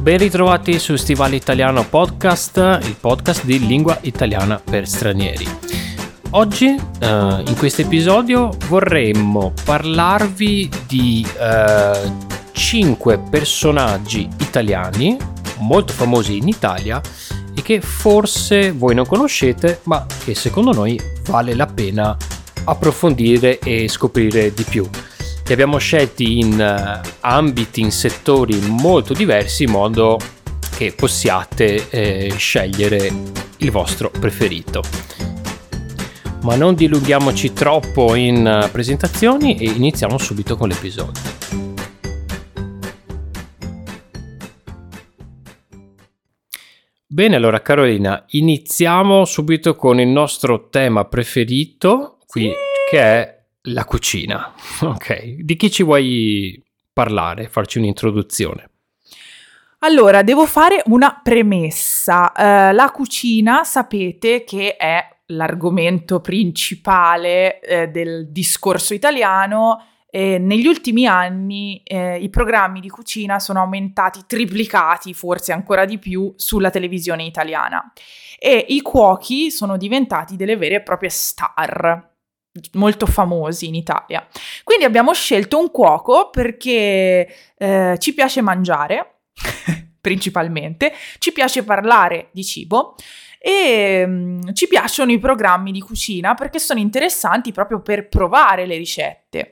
Ben ritrovati su Stivale Italiano Podcast, il podcast di lingua italiana per stranieri. Oggi, in questo episodio, vorremmo parlarvi di 5 personaggi italiani molto famosi in Italia e che forse voi non conoscete, ma che secondo noi vale la pena approfondire e scoprire di più. Li abbiamo scelti in ambiti, in settori molto diversi, in modo che possiate scegliere il vostro preferito. Ma non dilunghiamoci troppo in presentazioni e iniziamo subito con l'episodio. Bene, allora Carolina, iniziamo subito con il nostro tema preferito qui, che è la cucina. Ok, di chi ci vuoi parlare, farci un'introduzione? Allora, devo fare una premessa. La cucina, sapete che è l'argomento principale del discorso italiano. Negli ultimi anni i programmi di cucina sono aumentati, triplicati, forse ancora di più, sulla televisione italiana. E i cuochi sono diventati delle vere e proprie star, molto famosi in Italia. Quindi abbiamo scelto un cuoco perché ci piace mangiare, principalmente, ci piace parlare di cibo e ci piacciono i programmi di cucina perché sono interessanti proprio per provare le ricette.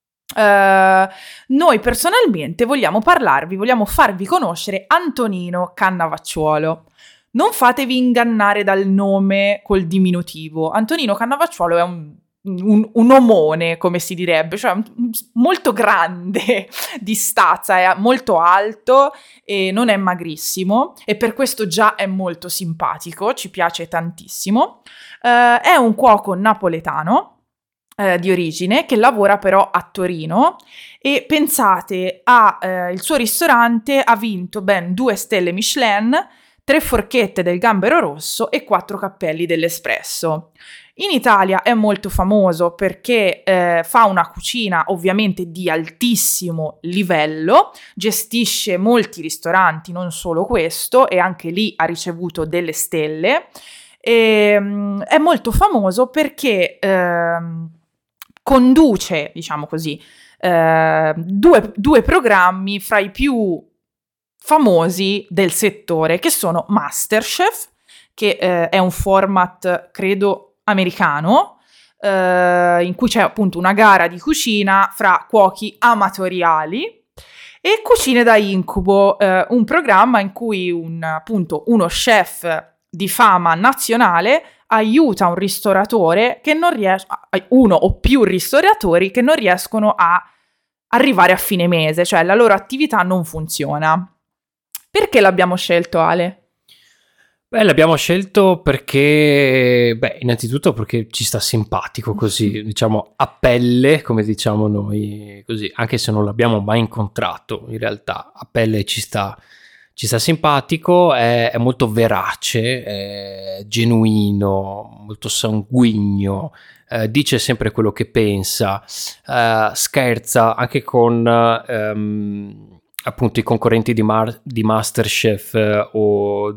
Noi personalmente vogliamo farvi conoscere Antonino Cannavacciuolo. Non fatevi ingannare dal nome col diminutivo. Antonino Cannavacciuolo è un omone, come si direbbe, cioè molto grande di stazza, è molto alto e non è magrissimo e per questo già è molto simpatico, ci piace tantissimo. È un cuoco napoletano di origine che lavora però a Torino e pensate, il suo ristorante ha vinto ben 2 stelle Michelin, 3 forchette del gambero rosso e 4 cappelli dell'espresso. In Italia è molto famoso perché fa una cucina ovviamente di altissimo livello, gestisce molti ristoranti, non solo questo, e anche lì ha ricevuto delle stelle. È molto famoso perché conduce, diciamo così, due programmi fra i più famosi del settore, che sono MasterChef, che è un format, credo, americano, in cui c'è appunto una gara di cucina fra cuochi amatoriali, e Cucine da Incubo, un programma in cui uno chef di fama nazionale aiuta un ristoratore che non uno o più ristoratori che non riescono a arrivare a fine mese, cioè la loro attività non funziona. Perché l'abbiamo scelto, Ale? Beh, l'abbiamo scelto perché, innanzitutto perché ci sta simpatico così, diciamo, a pelle, come diciamo noi, così, anche se non l'abbiamo mai incontrato, in realtà, a pelle ci sta simpatico, è molto verace, è genuino, molto sanguigno, dice sempre quello che pensa, scherza anche con appunto i concorrenti di MasterChef o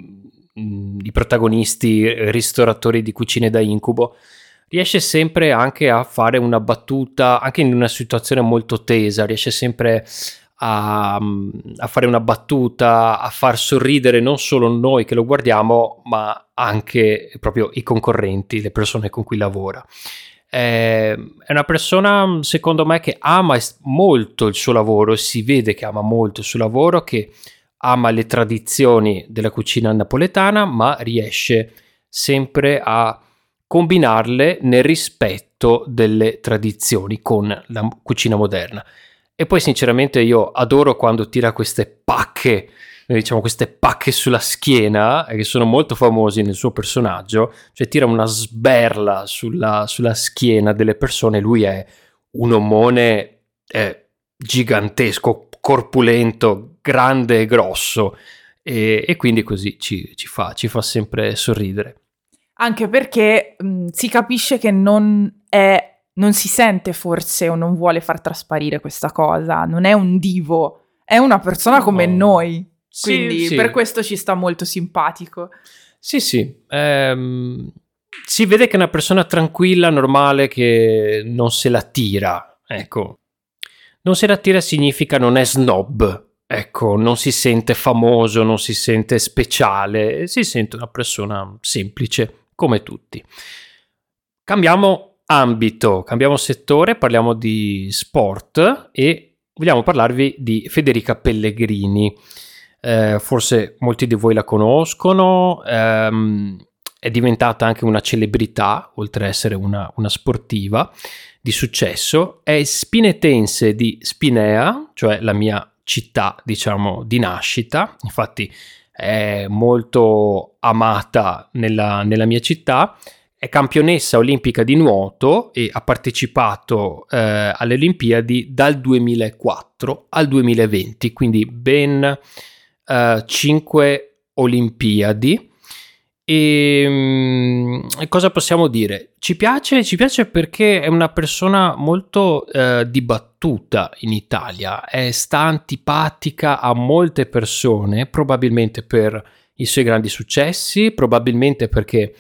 di protagonisti ristoratori di Cucine da Incubo. Riesce sempre anche a fare una battuta, anche in una situazione molto tesa, riesce sempre a fare una battuta, a far sorridere non solo noi che lo guardiamo, ma anche proprio i concorrenti, le persone con cui lavora. È una persona, secondo me, che ama molto il suo lavoro, si vede che ama molto il suo lavoro, che ama le tradizioni della cucina napoletana, ma riesce sempre a combinarle nel rispetto delle tradizioni con la cucina moderna. E poi sinceramente io adoro quando tira queste pacche sulla schiena, che sono molto famosi nel suo personaggio, cioè tira una sberla sulla schiena delle persone. Lui è un omone gigantesco, corpulento, grande e grosso, e quindi così ci fa sempre sorridere. Anche perché si capisce che non si sente forse o non vuole far trasparire questa cosa, non è un divo, è una persona come noi. Quindi sì. per questo ci sta molto simpatico. Sì. Si vede che è una persona tranquilla, normale, che non se la tira, ecco. Non se la tira significa non è snob, ecco, non si sente famoso, non si sente speciale, si sente una persona semplice, come tutti. Cambiamo ambito, cambiamo settore, parliamo di sport e vogliamo parlarvi di Federica Pellegrini. Forse molti di voi la conoscono, è diventata anche una celebrità, oltre ad essere una sportiva di successo. È spinetense di Spinea, cioè la mia città, diciamo, di nascita. Infatti è molto amata nella mia città. È campionessa olimpica di nuoto e ha partecipato alle Olimpiadi dal 2004 al 2020, quindi ben 5 Olimpiadi. E cosa possiamo dire? Ci piace perché è una persona molto dibattuta in Italia, sta antipatica a molte persone, probabilmente per i suoi grandi successi, probabilmente perché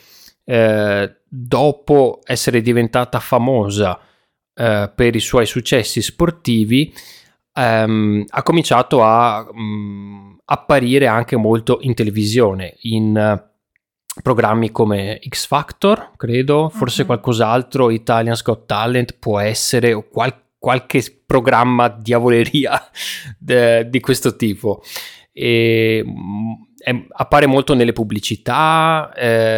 dopo essere diventata famosa per i suoi successi sportivi, ha cominciato a apparire anche molto in televisione, in programmi come X Factor, credo, forse qualcos'altro, Italian's Got Talent può essere, o qualche programma diavoleria di questo tipo. Appare molto nelle pubblicità,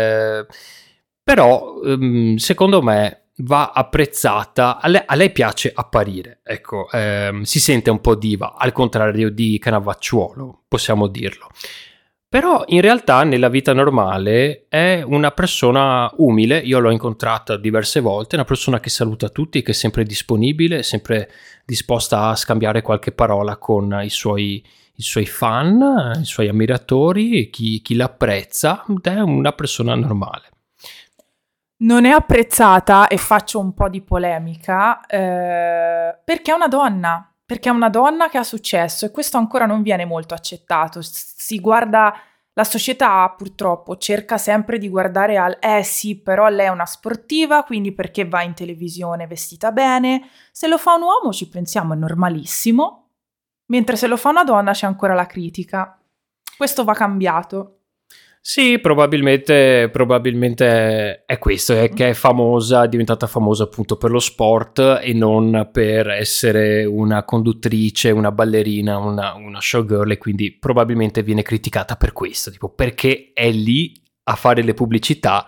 però secondo me va apprezzata, a lei piace apparire, ecco, si sente un po' diva, al contrario di Cannavacciuolo, possiamo dirlo. Però in realtà nella vita normale è una persona umile, io l'ho incontrata diverse volte, è una persona che saluta tutti, che è sempre disponibile, è sempre disposta a scambiare qualche parola con i suoi fan, i suoi ammiratori, chi l'apprezza, ed è una persona normale. Non è apprezzata, e faccio un po' di polemica, perché è una donna. Perché è una donna che ha successo e questo ancora non viene molto accettato. Si guarda, la società purtroppo cerca sempre di guardare sì, però lei è una sportiva, quindi perché va in televisione vestita bene? Se lo fa un uomo ci pensiamo, è normalissimo, mentre se lo fa una donna c'è ancora la critica. Questo va cambiato. Sì, probabilmente è questo, è che è diventata famosa appunto per lo sport e non per essere una conduttrice, una ballerina, una showgirl, e quindi probabilmente viene criticata per questo, tipo perché è lì a fare le pubblicità.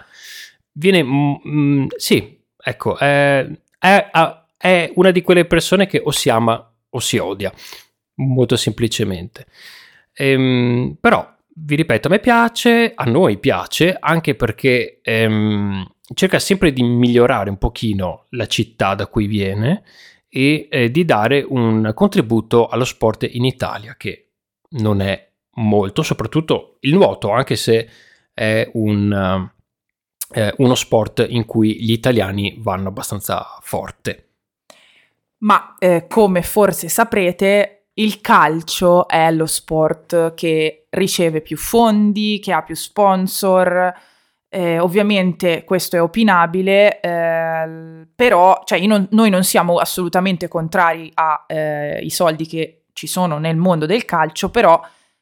Sì, ecco, è una di quelle persone che o si ama o si odia, molto semplicemente. Però vi ripeto, a noi piace, anche perché cerca sempre di migliorare un pochino la città da cui viene e di dare un contributo allo sport in Italia, che non è molto, soprattutto il nuoto, anche se è uno sport in cui gli italiani vanno abbastanza forte. Ma come forse saprete, il calcio è lo sport che riceve più fondi, che ha più sponsor. Ovviamente questo è opinabile, però cioè, noi non siamo assolutamente contrari ai soldi che ci sono nel mondo del calcio, però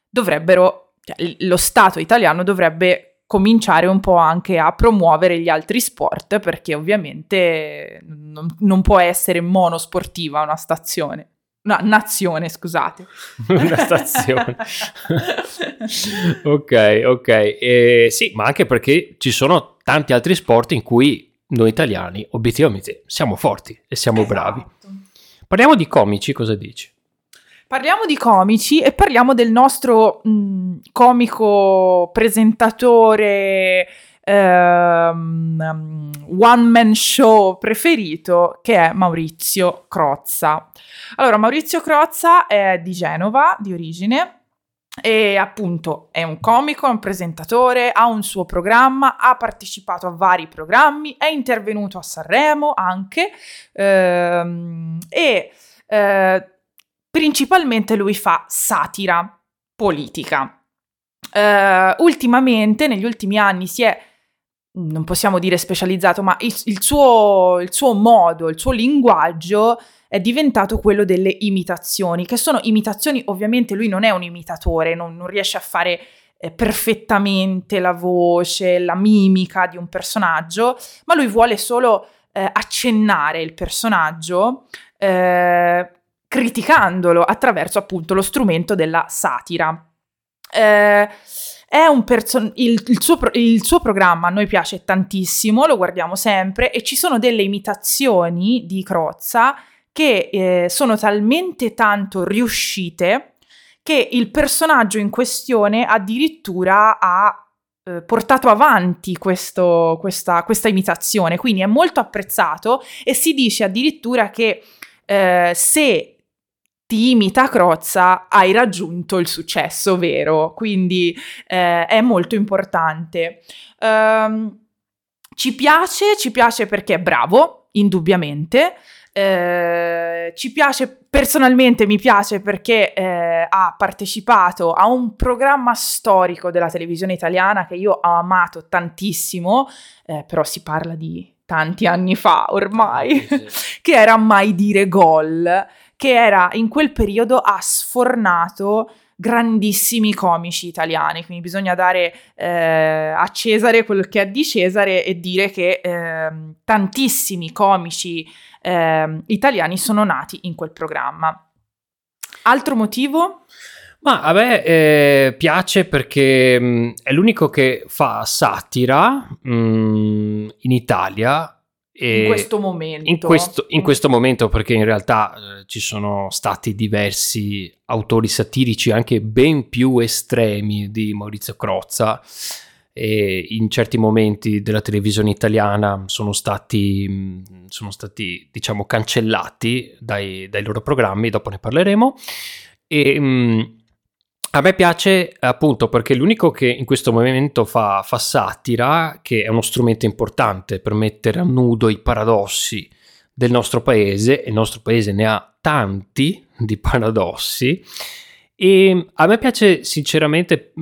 lo Stato italiano dovrebbe cominciare un po' anche a promuovere gli altri sport, perché ovviamente non può essere monosportiva una nazione, scusate. Una stazione. Ok. Sì, ma anche perché ci sono tanti altri sport in cui noi italiani obiettivamente siamo forti e siamo bravi. Parliamo di comici, cosa dici? Parliamo di comici e parliamo del nostro comico presentatore one man show preferito, che è Maurizio Crozza. Allora, Maurizio Crozza è di Genova di origine e appunto è un comico, è un presentatore, ha un suo programma, ha partecipato a vari programmi, è intervenuto a Sanremo anche principalmente lui fa satira. politica. Ultimamente, negli ultimi anni, si è, non possiamo dire specializzato, ma il suo modo, il suo linguaggio è diventato quello delle imitazioni, che sono imitazioni, ovviamente lui non è un imitatore, non riesce a fare perfettamente la voce, la mimica di un personaggio, ma lui vuole solo accennare il personaggio criticandolo attraverso appunto lo strumento della satira. È il suo programma a noi piace tantissimo, lo guardiamo sempre e ci sono delle imitazioni di Crozza che sono talmente tanto riuscite che il personaggio in questione addirittura ha portato avanti questa imitazione, quindi è molto apprezzato e si dice addirittura che se ti imita Crozza hai raggiunto il successo vero, quindi è molto importante. Ci piace perché è bravo, indubbiamente. Ci piace, personalmente mi piace perché ha partecipato a un programma storico della televisione italiana che io ho amato tantissimo, però si parla di tanti anni fa ormai, sì. Che era Mai dire gol, che era in quel periodo ha sfornato grandissimi comici italiani, quindi bisogna dare a Cesare quello che è di Cesare e dire che tantissimi comici italiani sono nati in quel programma. Altro motivo? Ma a me piace perché è l'unico che fa satira in Italia. In questo momento. In questo momento, perché in realtà ci sono stati diversi autori satirici anche ben più estremi di Maurizio Crozza e in certi momenti della televisione italiana sono stati diciamo cancellati dai loro programmi, dopo ne parleremo. E a me piace appunto perché è l'unico che in questo momento fa satira, che è uno strumento importante per mettere a nudo i paradossi del nostro paese, e il nostro paese ne ha tanti di paradossi, e a me piace sinceramente,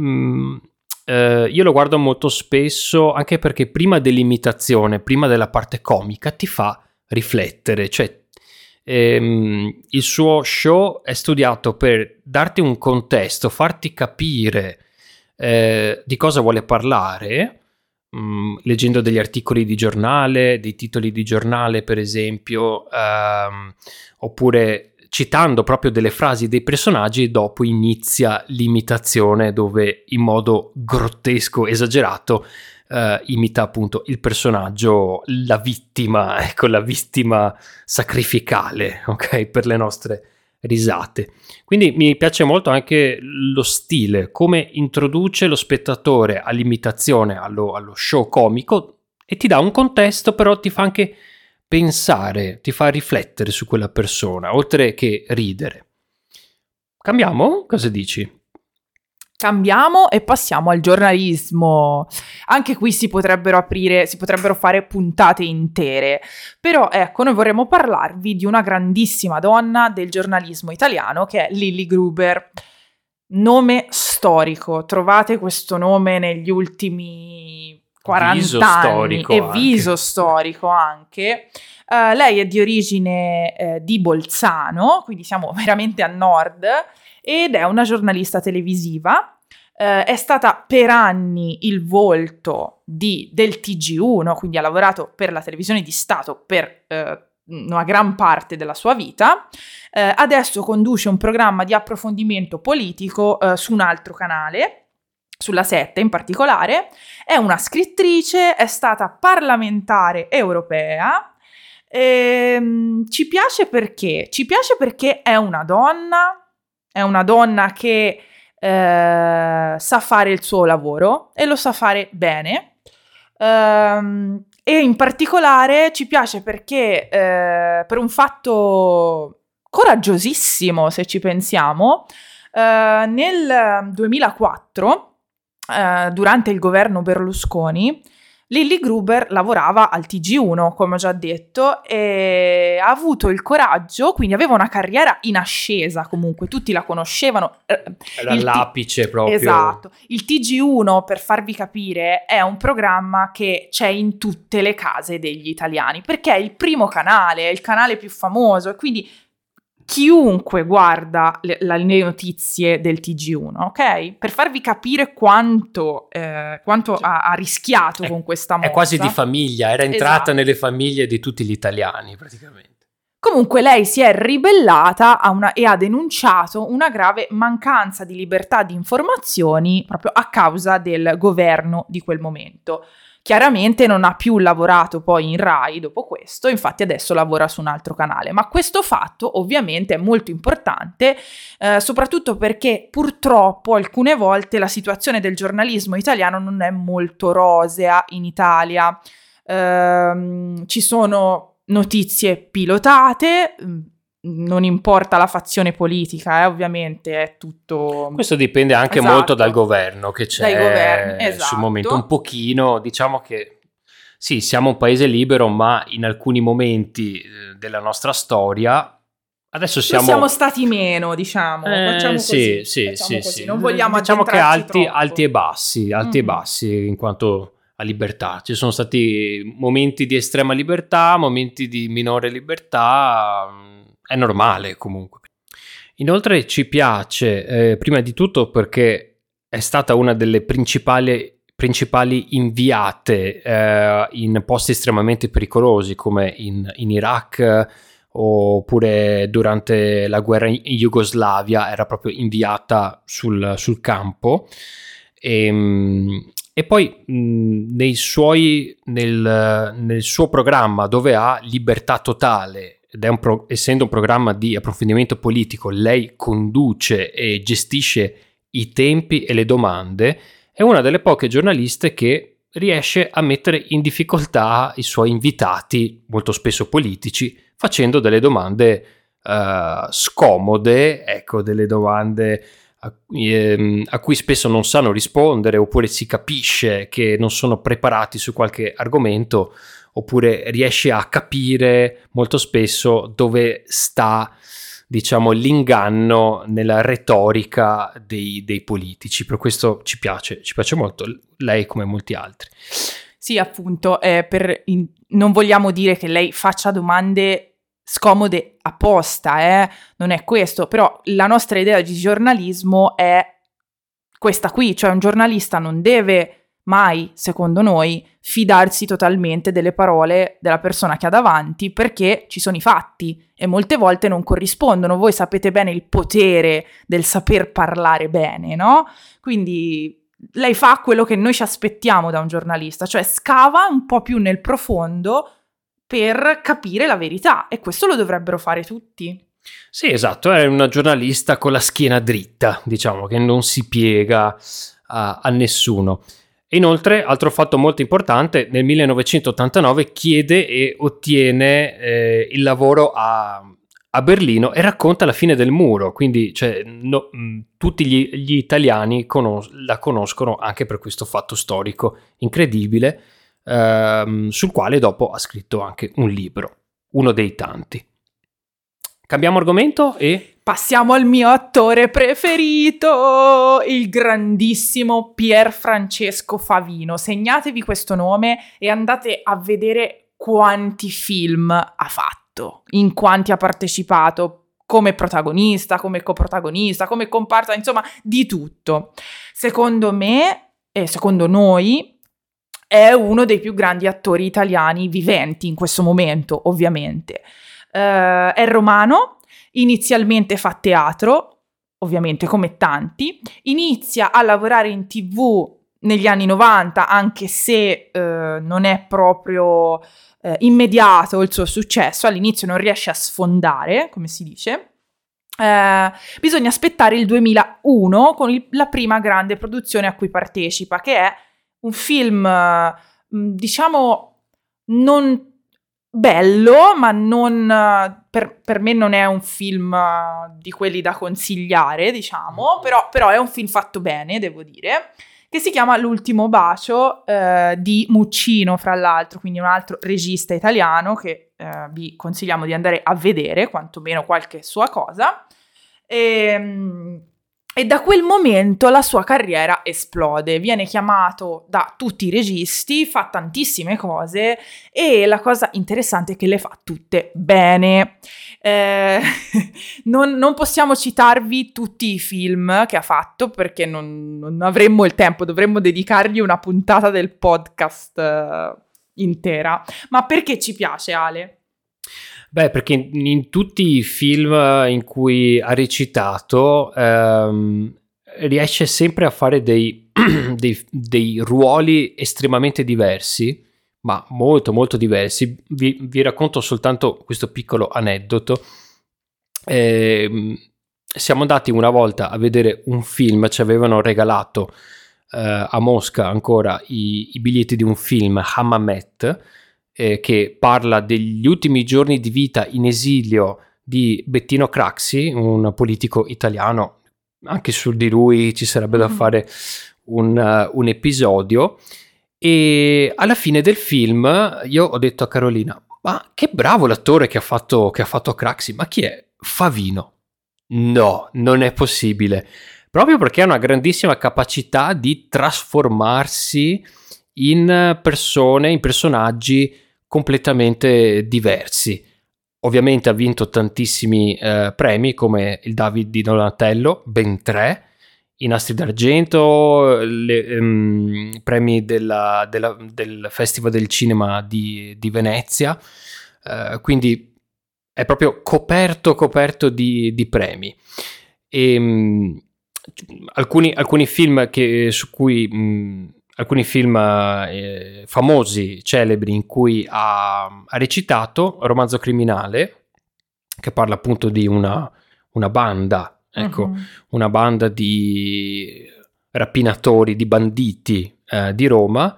io lo guardo molto spesso anche perché prima dell'imitazione, prima della parte comica ti fa riflettere, cioè il suo show è studiato per darti un contesto, farti capire di cosa vuole parlare, leggendo degli articoli di giornale, dei titoli di giornale per esempio, oppure citando proprio delle frasi dei personaggi, e dopo inizia l'imitazione dove in modo grottesco, esagerato, imita appunto il personaggio, la vittima, ecco, la vittima sacrificale, ok, per le nostre risate. Quindi mi piace molto anche lo stile, come introduce lo spettatore all'imitazione, allo show comico, e ti dà un contesto, però ti fa anche pensare, ti fa riflettere su quella persona, oltre che ridere. Cambiamo? Cosa dici? Cambiamo e passiamo al giornalismo. Anche qui si potrebbero fare puntate intere. Però ecco, noi vorremmo parlarvi di una grandissima donna del giornalismo italiano che è Lily Gruber. Nome storico, trovate questo nome negli ultimi 40 anni e viso storico anche. Lei è di origine di Bolzano, quindi siamo veramente a nord, ed è una giornalista televisiva, è stata per anni il volto del TG1, quindi ha lavorato per la televisione di Stato per una gran parte della sua vita, adesso conduce un programma di approfondimento politico su un altro canale, sulla 7 in particolare, è una scrittrice, è stata parlamentare europea. Ci piace perché è una donna che sa fare il suo lavoro e lo sa fare bene, e in particolare ci piace perché per un fatto coraggiosissimo, se ci pensiamo, nel 2004 durante il governo Berlusconi Lilli Gruber lavorava al TG1, come ho già detto, e ha avuto il coraggio, quindi aveva una carriera in ascesa comunque, tutti la conoscevano. Era l'apice proprio. Esatto. Il TG1, per farvi capire, è un programma che c'è in tutte le case degli italiani, perché è il primo canale, è il canale più famoso, e quindi chiunque guarda le notizie del TG1, ok? Per farvi capire quanto ha rischiato con questa mossa. È quasi di famiglia, era entrata nelle famiglie di tutti gli italiani praticamente. Comunque lei si è ribellata e ha denunciato una grave mancanza di libertà di informazioni proprio a causa del governo di quel momento. Chiaramente non ha più lavorato poi in Rai dopo questo, infatti adesso lavora su un altro canale, ma questo fatto ovviamente è molto importante, soprattutto perché purtroppo alcune volte la situazione del giornalismo italiano non è molto rosea in Italia. Ci sono notizie pilotate, non importa la fazione politica, ovviamente è tutto... Questo dipende anche molto dal governo che c'è sul momento, un pochino, diciamo che sì, siamo un paese libero, ma in alcuni momenti della nostra storia adesso siamo stati meno, diciamo, facciamo così. Sì. Non vogliamo diciamo che alti e bassi, in quanto a libertà. Ci sono stati momenti di estrema libertà, momenti di minore libertà, è normale comunque. Inoltre ci piace, prima di tutto perché è stata una delle principali inviate in posti estremamente pericolosi come in Iraq, oppure durante la guerra in Jugoslavia era proprio inviata sul campo. E poi nel suo programma, dove ha libertà totale, ed essendo un programma di approfondimento politico, lei conduce e gestisce i tempi e le domande, è una delle poche giornaliste che riesce a mettere in difficoltà i suoi invitati, molto spesso politici, facendo delle domande scomode, ecco, delle domande a cui spesso non sanno rispondere, oppure si capisce che non sono preparati su qualche argomento, oppure riesce a capire molto spesso dove sta, diciamo, l'inganno nella retorica dei politici. Per questo ci piace molto lei, come molti altri. Sì, appunto, non vogliamo dire che lei faccia domande scomode apposta, non è questo, però la nostra idea di giornalismo è questa qui, cioè un giornalista non deve mai, secondo noi, fidarsi totalmente delle parole della persona che ha davanti, perché ci sono i fatti e molte volte non corrispondono. Voi sapete bene il potere del saper parlare bene, no? Quindi lei fa quello che noi ci aspettiamo da un giornalista, cioè scava un po' più nel profondo per capire la verità, e questo lo dovrebbero fare tutti. Sì, esatto, è una giornalista con la schiena dritta, diciamo, che non si piega a nessuno. Inoltre, altro fatto molto importante, nel 1989 chiede e ottiene il lavoro a Berlino e racconta la fine del muro, quindi tutti gli italiani la conoscono anche per questo fatto storico incredibile, sul quale dopo ha scritto anche un libro, uno dei tanti. Cambiamo argomento e passiamo al mio attore preferito, il grandissimo Pier Francesco Favino. Segnatevi questo nome e andate a vedere quanti film ha fatto, in quanti ha partecipato, come protagonista, come coprotagonista, come comparsa, insomma, di tutto. Secondo me e secondo noi è uno dei più grandi attori italiani viventi in questo momento, ovviamente. È romano, inizialmente fa teatro, ovviamente come tanti, inizia a lavorare in TV negli anni 90, anche se non è proprio immediato il suo successo, all'inizio non riesce a sfondare, come si dice. Bisogna aspettare il 2001 con la prima grande produzione a cui partecipa, che è un film, diciamo, non bello, ma non per me non è un film di quelli da consigliare, diciamo, però è un film fatto bene, devo dire, che si chiama L'ultimo bacio, di Muccino, fra l'altro, quindi un altro regista italiano che vi consigliamo di andare a vedere, quantomeno qualche sua cosa. E da quel momento la sua carriera esplode, viene chiamato da tutti i registi, fa tantissime cose e la cosa interessante è che le fa tutte bene. Non possiamo citarvi tutti i film che ha fatto perché non avremmo il tempo, dovremmo dedicargli una puntata del podcast intera. Ma perché ci piace, Ale? Beh, perché in tutti i film in cui ha recitato riesce sempre a fare dei ruoli estremamente diversi, ma molto molto diversi. Vi racconto soltanto questo piccolo aneddoto. Siamo andati una volta a vedere un film, ci avevano regalato a Mosca ancora i biglietti di un film, Hammamet, che parla degli ultimi giorni di vita in esilio di Bettino Craxi, un politico italiano. Anche su di lui ci sarebbe da fare un episodio. E alla fine del film io ho detto a Carolina: ma che bravo l'attore che ha fatto Craxi, ma chi è? Favino? No, non è possibile, proprio perché ha una grandissima capacità di trasformarsi in personaggi completamente diversi. Ovviamente ha vinto tantissimi premi, come il David di Donatello, ben 3, i Nastri d'Argento, premi del Festival del Cinema di Venezia, quindi è proprio coperto di premi. E alcuni film alcuni film famosi, celebri, in cui ha recitato: Romanzo criminale, che parla appunto di una banda, ecco, una banda di rapinatori, di banditi di Roma.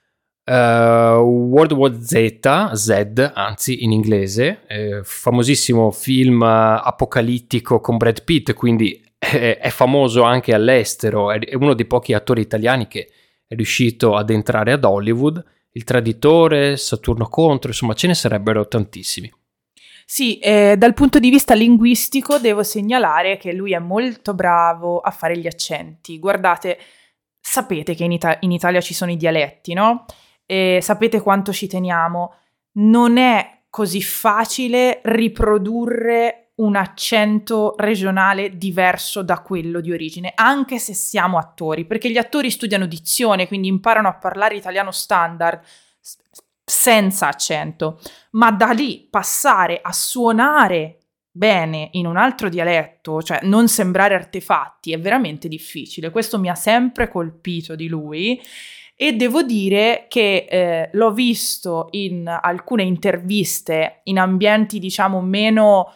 World War Z, anzi in inglese, famosissimo film apocalittico con Brad Pitt, quindi è famoso anche all'estero, è uno dei pochi attori italiani che è riuscito ad entrare ad Hollywood. Il Traditore, Saturno Contro, insomma ce ne sarebbero tantissimi. Sì, dal punto di vista linguistico devo segnalare che lui è molto bravo a fare gli accenti. Guardate, sapete che in Italia ci sono i dialetti, no? E sapete quanto ci teniamo. Non è così facile riprodurre un accento regionale diverso da quello di origine, anche se siamo attori, perché gli attori studiano dizione, quindi imparano a parlare italiano standard senza accento, ma da lì passare a suonare bene in un altro dialetto, cioè non sembrare artefatti, è veramente difficile. Questo mi ha sempre colpito di lui. E devo dire che l'ho visto in alcune interviste in ambienti, diciamo, meno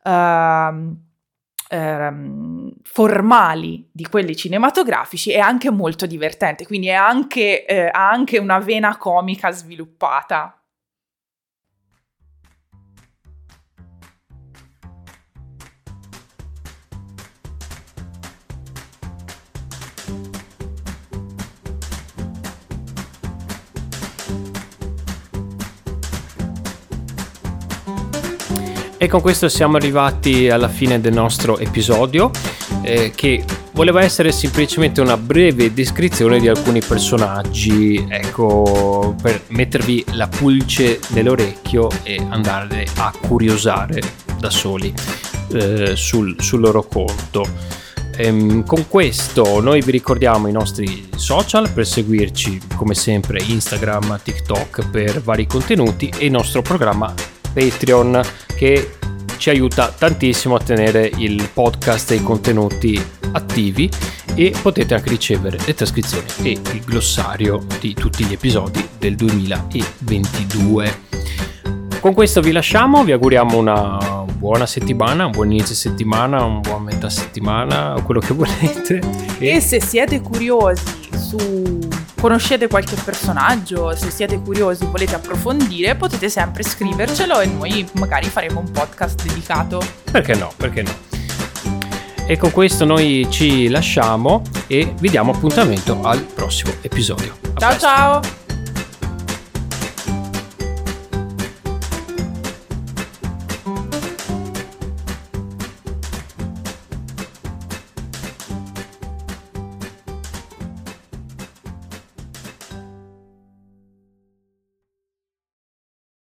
formali di quelli cinematografici, è anche molto divertente, quindi ha anche una vena comica sviluppata. E con questo siamo arrivati alla fine del nostro episodio, che voleva essere semplicemente una breve descrizione di alcuni personaggi, ecco, per mettervi la pulce nell'orecchio e andare a curiosare da soli sul loro conto. Con questo noi vi ricordiamo i nostri social per seguirci, come sempre Instagram, TikTok per vari contenuti, e il nostro programma Patreon, che ci aiuta tantissimo a tenere il podcast e i contenuti attivi, e potete anche ricevere le trascrizioni e il glossario di tutti gli episodi del 2022. Con questo vi lasciamo, vi auguriamo una buona settimana, un buon inizio settimana, un buon metà settimana, quello che volete. E se siete curiosi conoscete qualche personaggio, se siete curiosi, volete approfondire, potete sempre scrivercelo e noi magari faremo un podcast dedicato. Perché no? E con questo noi ci lasciamo e vi diamo appuntamento al prossimo episodio. Ciao ciao!